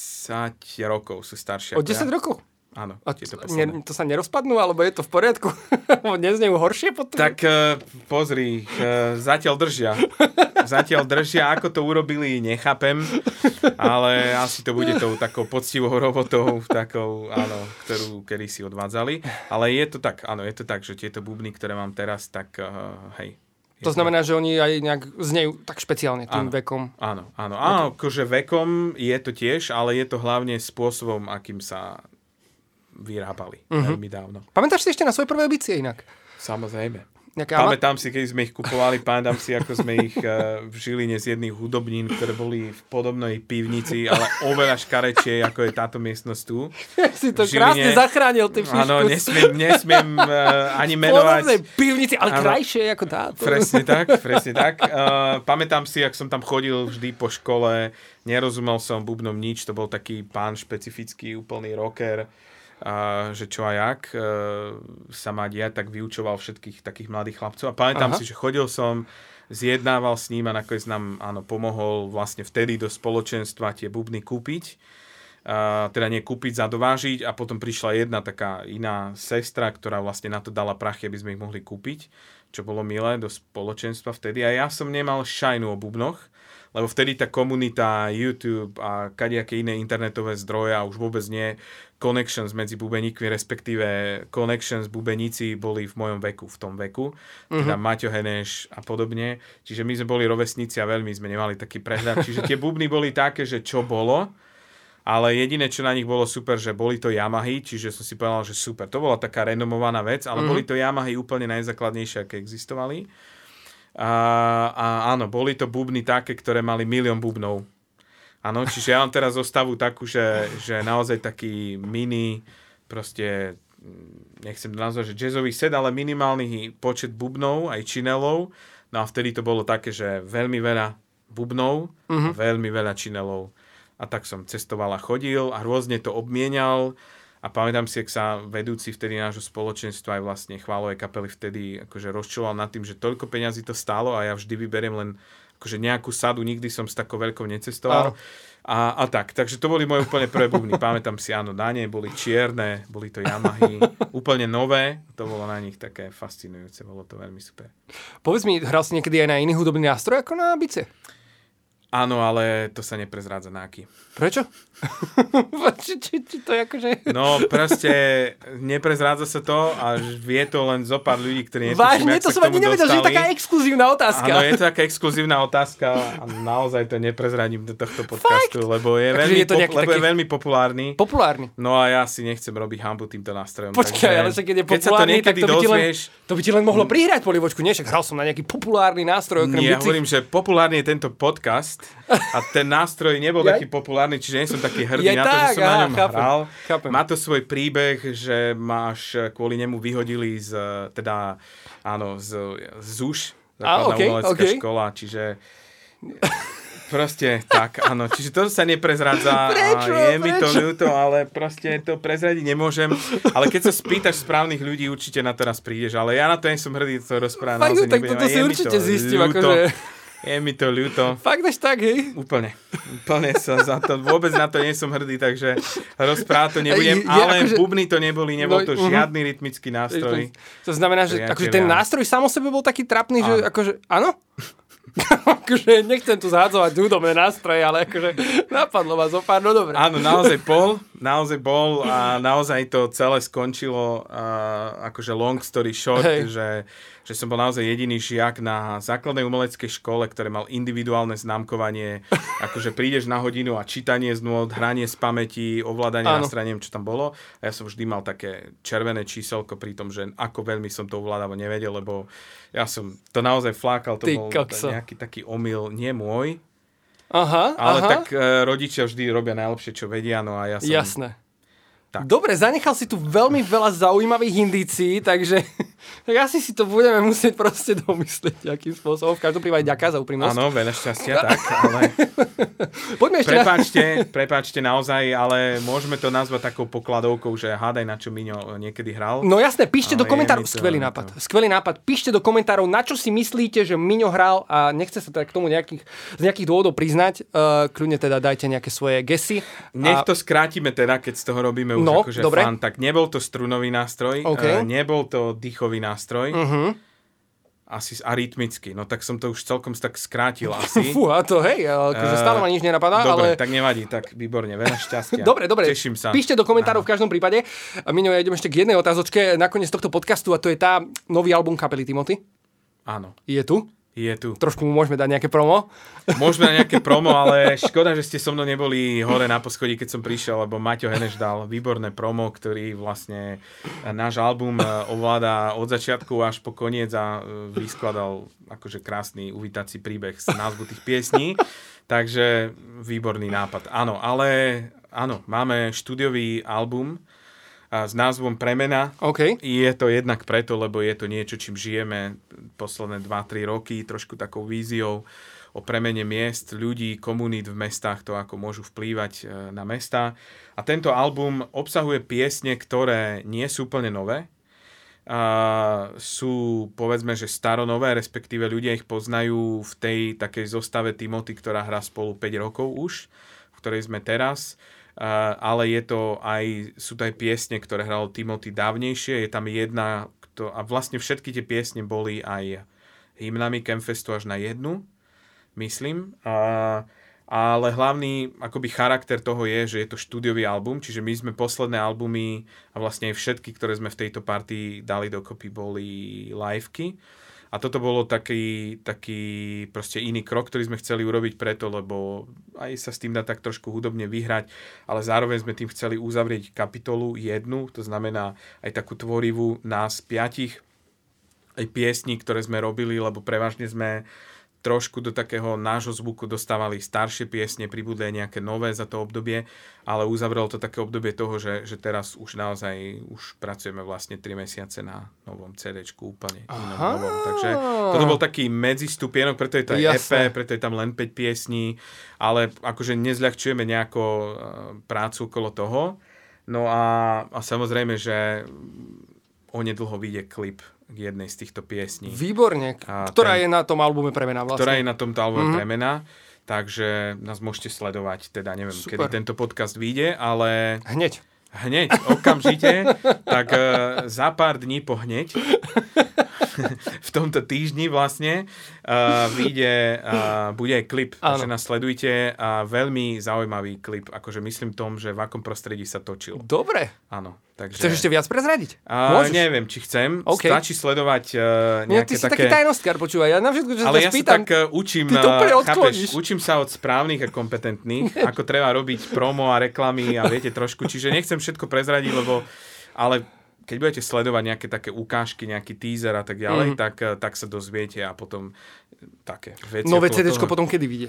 rokov sú staršie.
O 10 rokov?
Áno.
A to sa nerozpadnú, alebo je to v poriadku? Neznejú horšie potom?
Tak pozri, zatiaľ držia. Ako to urobili, nechápem, ale asi to bude tou takou poctivou robotou, takou, áno, ktorú kedy si odvádzali. Ale je to tak, áno, je to tak, že tieto bubny, ktoré mám teraz, tak hej.
To znamená, že oni aj nejak znejú tak špeciálne tým vekom.
Áno, akože vekom je to tiež, ale je to hlavne spôsobom, akým sa vyrábali veľmi dávno.
Pamätáš si ešte na svoje prvé bicie inak?
Samozrejme. Pamätám si, keď sme ich kupovali, pamätám si, ako sme ich v Žiline z jedných hudobnín, ktoré boli v podobnej pivnici, ale oveľa škarečie, ako je táto miestnosť tu.
Si to krásne zachránil, ty Fiškus.
Áno, nesmiem ani menovať.
Podobnej pivnici, ale krajšie ako táto.
Presne tak. Pamätám si, ak som tam chodil vždy po škole, nerozumel som bubnom nič, to bol taký pán špecifický, úplný rocker, že čo a jak sa má diať, tak vyučoval všetkých takých mladých chlapcov. A pamätám si, že chodil som, zjednával s ním a nakoniec nám pomohol vlastne vtedy do spoločenstva tie bubny kúpiť. Teda nie kúpiť, zadovážiť a potom prišla jedna taká iná sestra, ktorá vlastne na to dala prachy, aby sme ich mohli kúpiť, čo bolo milé do spoločenstva vtedy. A ja som nemal šajnu o bubnoch, lebo vtedy tá komunita, YouTube a kadejaké iné internetové zdroje a už vôbec nie connections medzi bubeníkmi, respektíve connections bubeníci boli v mojom veku, v tom veku. Teda Maťo Heneš a podobne. Čiže my sme boli rovesníci a veľmi sme nemali taký prehľad. Čiže tie bubny boli také, že čo bolo, ale jediné, čo na nich bolo super, že boli to Yamahy, čiže som si povedal, že super. To bola taká renomovaná vec, ale boli to Yamahy úplne najzákladnejšie, aké existovali. A áno, boli to bubny také, ktoré mali 1 000 000 bubnov. Áno, čiže ja mám teraz zostavu takú, že naozaj taký mini, proste, nechcem nazvať, že jazzový set, ale minimálny počet bubnov, aj činelov. No a vtedy to bolo také, že veľmi veľa bubnov, veľmi veľa činelov. A tak som cestoval a chodil a rôzne to obmienial. A pamätám si, ak sa vedúci vtedy nášho spoločenstva aj vlastne chválovej kapely vtedy akože rozčuloval nad tým, že toľko peňazí to stálo a ja vždy vyberiem len akože nejakú sadu, nikdy som s takou veľkou necestoval. A tak, takže to boli moje úplne prvé bubny. Pamätám si, áno, na ne boli čierne, boli to Yamahy, úplne nové. To bolo na nich také fascinujúce, bolo to veľmi super.
Povedz mi, hral si niekedy aj na iný hudobný nástroj ako na bicie?
Áno, ale to sa neprezrádza na aký.
Prečo? či to je akože...
No, proste neprezrádza sa to a vie to len zo pár ľudí, ktorí netuším,
vážne, to som ani nevedel, že je taká exkluzívna otázka.
Áno, je to taká exkluzívna otázka a naozaj to neprezradím do tohto podcastu, lebo je veľmi populárny.
Populárny.
No a ja si nechcem robiť hanbu týmto nástrojom.
Počkaj, ale však keď je populárny, tak to by ti len mohlo prihrať polivočku. Nie, však hral som na nejaký populárny nástroj.
Nie, ja hovorím, že populárny je tento podcast a ten nástroj nebol taký populárny, čiže nie som taký hrdý na to, že som na ňom hral.
Chápem.
Má to svoj príbeh, že máš kvôli nemu vyhodili z ZUŠ, základná umelecká škola, čiže proste tak, áno. Čiže to sa neprezradza.
Prečo?
Je mi to ľúto, ale proste to prezradiť nemôžem. Ale keď sa spýtaš správnych ľudí, určite na to raz prídeš. Ale ja na to nie som hrdý, to rozprávať naozaj nebudem.
Tak toto si určite zistím, akože...
Je mi to ľúto.
Fakt až tak, hej?
Úplne sa za to, vôbec na to nie som hrdý, takže rozprávať to nebudem, ale akože... bubny to nebol to žiadny rytmický nástroj.
To znamená, že akože ten nástroj sám o sebe bol taký trapný, že akože, áno? Akože nechcem tu zhádzovať hudobné nástroje, ale akože napadlo ma zopár, no dobre.
Áno, naozaj bol a naozaj to celé skončilo akože long story short, že som bol naozaj jediný žiak na základnej umeleckej škole, ktoré mal individuálne známkovanie, akože prídeš na hodinu a čítanie z nôd, hranie z pamäti, ovládanie nástroja, neviem, čo tam bolo. A ja som vždy mal také červené číselko pri tom, že ako veľmi som to ovládal, nevedel, lebo ja som to naozaj flákal, to bol nejaký taký omyl, nie môj. Ale tak rodičia vždy robia najlepšie, čo vedia, no a ja som...
Jasné. Tak. Dobre, zanechal si tu veľmi veľa zaujímavých indícií, takže tak asi si to budeme musieť proste domyslieť nejakým spôsobom. V každom prípade ďaká za úprimnosť.
Áno, veľa šťastia, tak, ale...
Poďme ešte
prepáčte naozaj, ale môžeme to nazvať takou pokladovkou, že hádaj, na čo Miňo niekedy hral.
No jasné, píšte do komentárov. Skvelý nápad. Píšte do komentárov, na čo si myslíte, že Miňo hral a nechce sa teda k tomu z nejakých dôvodov priznať. Kľudne teda dajte nejaké svoje gesy.
Nech to skrátime teda, keď z toho robíme už akože fan. Tak nebol to strunový nástroj, nebol to dýchový nástroj, asi arytmický. No tak som to už celkom tak skrátil asi.
Fúha, to hej, akože stále ma nič nenapadá.
Dobre,
ale...
tak nevadí, tak výborne, veľa šťastia.
Dobre,
teším sa.
Píšte do komentárov v každom prípade. A Miňo, ja idem ešte k jednej otázočke nakoniec tohto podcastu a to je tá nový album kapely Timothy.
Áno.
Je tu?
Je tu.
Trošku mu môžeme dať nejaké promo.
Môžeme dať nejaké promo, ale škoda, že ste so mnou neboli hore na poschodí, keď som prišiel, lebo Maťo Heneš dal výborné promo, ktorý vlastne náš album ovláda od začiatku až po koniec a vyskladal akože krásny uvítací príbeh z názvu tých piesní. Takže výborný nápad. Áno, máme štúdiový album s názvom Premena.
Okay.
Je to jednak preto, lebo je to niečo, čím žijeme posledné 2-3 roky, trošku takou víziou o premene miest, ľudí, komunít v mestách, to ako môžu vplývať na mestá. A tento album obsahuje piesne, ktoré nie sú úplne nové. Sú, povedzme, že staronové, respektíve ľudia ich poznajú v tej takej zostave Timothy, ktorá hrá spolu 5 rokov už, v ktorej sme teraz. Ale sú to aj piesne, ktoré hral Timothy dávnejšie. Je tam jedna, a vlastne všetky tie piesne boli aj hymnami Campfestu až na jednu, myslím. Ale hlavný akoby charakter toho je, že je to štúdiový album, čiže my sme posledné albumy a vlastne aj všetky, ktoré sme v tejto partii dali dokopy, boli liveky. A toto bolo taký proste iný krok, ktorý sme chceli urobiť preto, lebo aj sa s tým dá tak trošku hudobne vyhrať, ale zároveň sme tým chceli uzavrieť kapitolu jednu, to znamená aj takú tvorivú nás 5, aj piesní, ktoré sme robili, lebo prevažne sme trošku do takého nášho zvuku dostávali staršie piesne, pribudli nejaké nové za to obdobie, ale uzavrelo to také obdobie toho, že teraz už naozaj pracujeme vlastne 3 mesiace na novom CDčku úplne inom novom. Takže toto bol taký medzistupienok, preto je to aj EP, preto je tam len 5 piesní, ale akože nezľahčujeme nejako prácu okolo toho. No a samozrejme, že onedlho vyjde klip k jednej z týchto piesní.
Výborne. Ktorá je na tom albume Premena vlastne.
Ktorá je na tomto albume Premena. Takže nás môžete sledovať, teda neviem, kedy tento podcast vyjde, ale...
Hneď,
okamžite. Tak za pár dní po hneď. V tomto týždni vlastne bude aj klip, takže nás sledujte. Veľmi zaujímavý klip, akože myslím tom, že v akom prostredí sa točil.
Dobre.
Áno. Takže...
Chceš ešte viac prezradiť?
Neviem, či chcem.
Okay.
Stačí sledovať nejaké
ty si
také...
taký tajnostkár, počúvaj. Ja na všetko, čo
ale
sa
ja
spýtam,
sa tak učím, učím sa od správnych a kompetentných, ako treba robiť promo a reklamy a viete trošku. Čiže nechcem všetko prezradiť, ale keď budete sledovať nejaké také ukážky, nejaký teaser a tak ďalej, tak sa dozviete a potom také veci.
Nové CDčko potom kedy vyjde?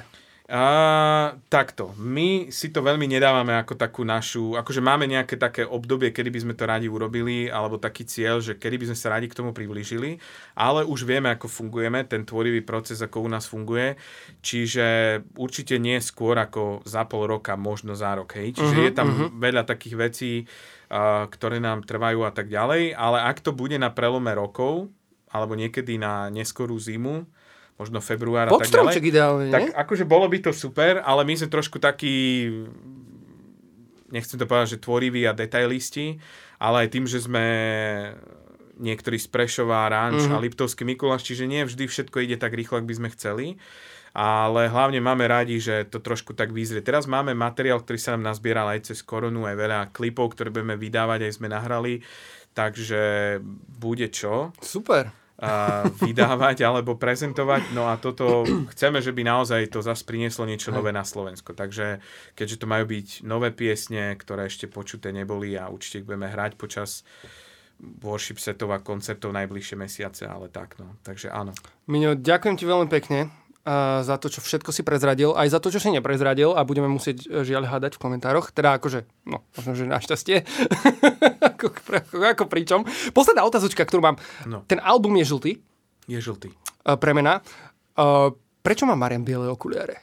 Takto. My si to veľmi nedávame ako takú našu, akože máme nejaké také obdobie, kedy by sme to radi urobili, alebo taký cieľ, že kedy by sme sa radi k tomu priblížili, ale už vieme, ako fungujeme, ten tvorivý proces, ako u nás funguje, čiže určite nie skôr ako za pol roka, možno za rok, hej. Čiže je tam veľa takých vecí, ktoré nám trvajú a tak ďalej, ale ak to bude na prelome rokov, alebo niekedy na neskorú zimu, možno február a tak ďalej.
Ideálne,
tak akože bolo by to super, ale my sme trošku takí, nechcem to povedať, že tvoriví a detailisti, ale aj tým, že sme niektorí z Prešova, Ranč a Liptovský Mikuláš, čiže nie vždy všetko ide tak rýchlo, ak by sme chceli, ale hlavne máme radi, že to trošku tak vyzrie. Teraz máme materiál, ktorý sa nám nazbieral aj cez koronu, aj veľa klipov, ktoré budeme vydávať, aj sme nahrali, takže bude čo.
Super.
Vydávať alebo prezentovať. No a toto chceme, že by naozaj to zase prinieslo niečo nové na Slovensko. Takže keďže to majú byť nové piesne, ktoré ešte počuté neboli a určite ich budeme hrať počas worship setov a koncertov najbližšie mesiace, ale tak no. Takže áno.
Miňo, ďakujem ti veľmi pekne za to, čo všetko si prezradil, aj za to, čo si neprezradil a budeme musieť žiaľ hádať v komentároch. Teda akože, no, možno, že našťastie. ako pričom. Posledná otázočka, ktorú mám. No. Ten album je žltý.
Je žltý.
Premena. Prečo má Marian biele okuliare?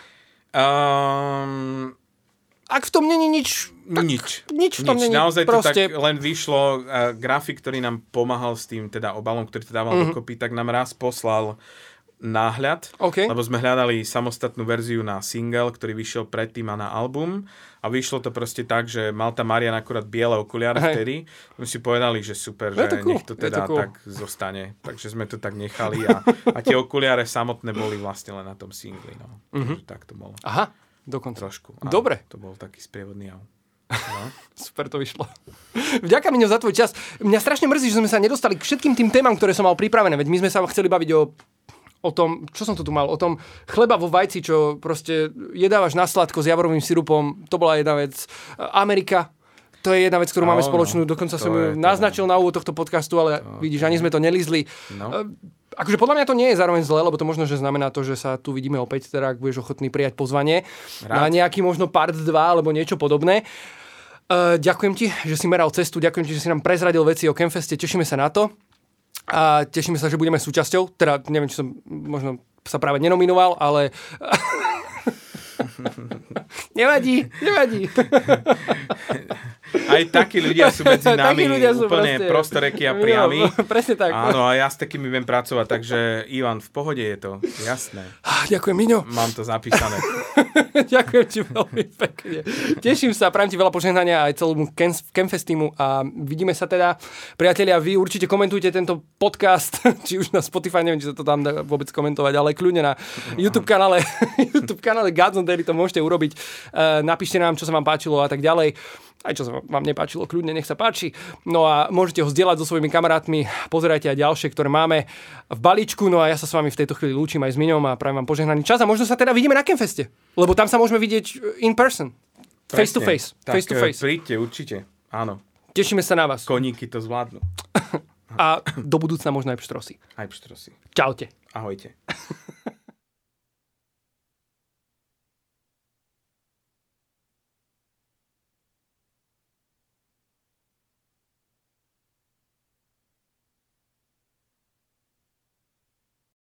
Ak v tom není nič... Nič v tom není.
Naozaj proste... to tak len vyšlo. Grafik, ktorý nám pomáhal s tým teda obalom, ktorý to dával dokopy, tak nám raz poslal náhľad, lebo sme hľadali samostatnú verziu na single, ktorý vyšiel predtým a na album a vyšlo to proste tak, že mal tam Marian akurát biele okuliare vtedy. My si povedali, že super, že nech to teda tak zostane. Takže sme to tak nechali a tie okuliare samotné boli vlastne len na tom singli. No. Tak to bolo.
Aha, dokonca.
Trošku.
Dobre.
To bol taký sprievodný jav.
No. Super to vyšlo. Vďaka, Miňo, za tvoj čas. Mňa strašne mrzí, že sme sa nedostali k všetkým tým témam, ktoré som mal pripravené. Veď my sme sa chceli baviť o tom, čo som to tu mal, o tom chleba vo vajci, čo proste jedávaš na sladko s javorovým sirupom, to bola jedna vec. Amerika, to je jedna vec, ktorú máme spoločnú, dokonca som ju naznačil na úvod tohto podcastu, ale vidíš, ani sme to nelizli. No. Akože podľa mňa to nie je zároveň zle, lebo to možno, že znamená to, že sa tu vidíme opäť, teda ak budeš ochotný prijať pozvanie na nejaký možno part 2 alebo niečo podobné. Ďakujem ti, že si meral cestu, ďakujem ti, že si nám prezradil veci o Campfeste, tešíme sa na to. A tešíme sa, že budeme súčasťou. Teda neviem, či som možno sa práve nenominoval, ale... Nevadí.
Aj takí ľudia sú medzi nami úplne prostoreky a priami.
Presne tak.
Áno, a ja s takými viem pracovať, takže Ivan, v pohode je to, jasné.
Ďakujem, Miňo.
Mám to zapísané.
Ďakujem ti veľmi pekne. Teším sa, prajem ti veľa požehnania aj celému Campfest týmu a vidíme sa teda. Priatelia, vy určite komentujte tento podcast, či už na Spotify, neviem, či sa to tam dá vôbec komentovať, ale kľudne na YouTube kanále Gods on Daily to môžete urobiť. Napíšte nám, čo sa vám páčilo a tak ďalej. Aj čo sa vám nepáčilo, kľudne, nech sa páči. No a môžete ho zdieľať so svojimi kamarátmi. Pozerajte aj ďalšie, ktoré máme v balíčku. No a ja sa s vami v tejto chvíli lúčim aj s Miňom a prajem vám požehnaný čas. A možno sa teda vidíme na Campfeste. Lebo tam sa môžeme vidieť in person. Face to face.
Tak
face to face.
Príďte, určite. Áno.
Tešíme sa na vás.
Koníky to zvládnu.
A do budúcna možno aj pštrosy.
Aj pštrosy.
Čaute.
Ahojte.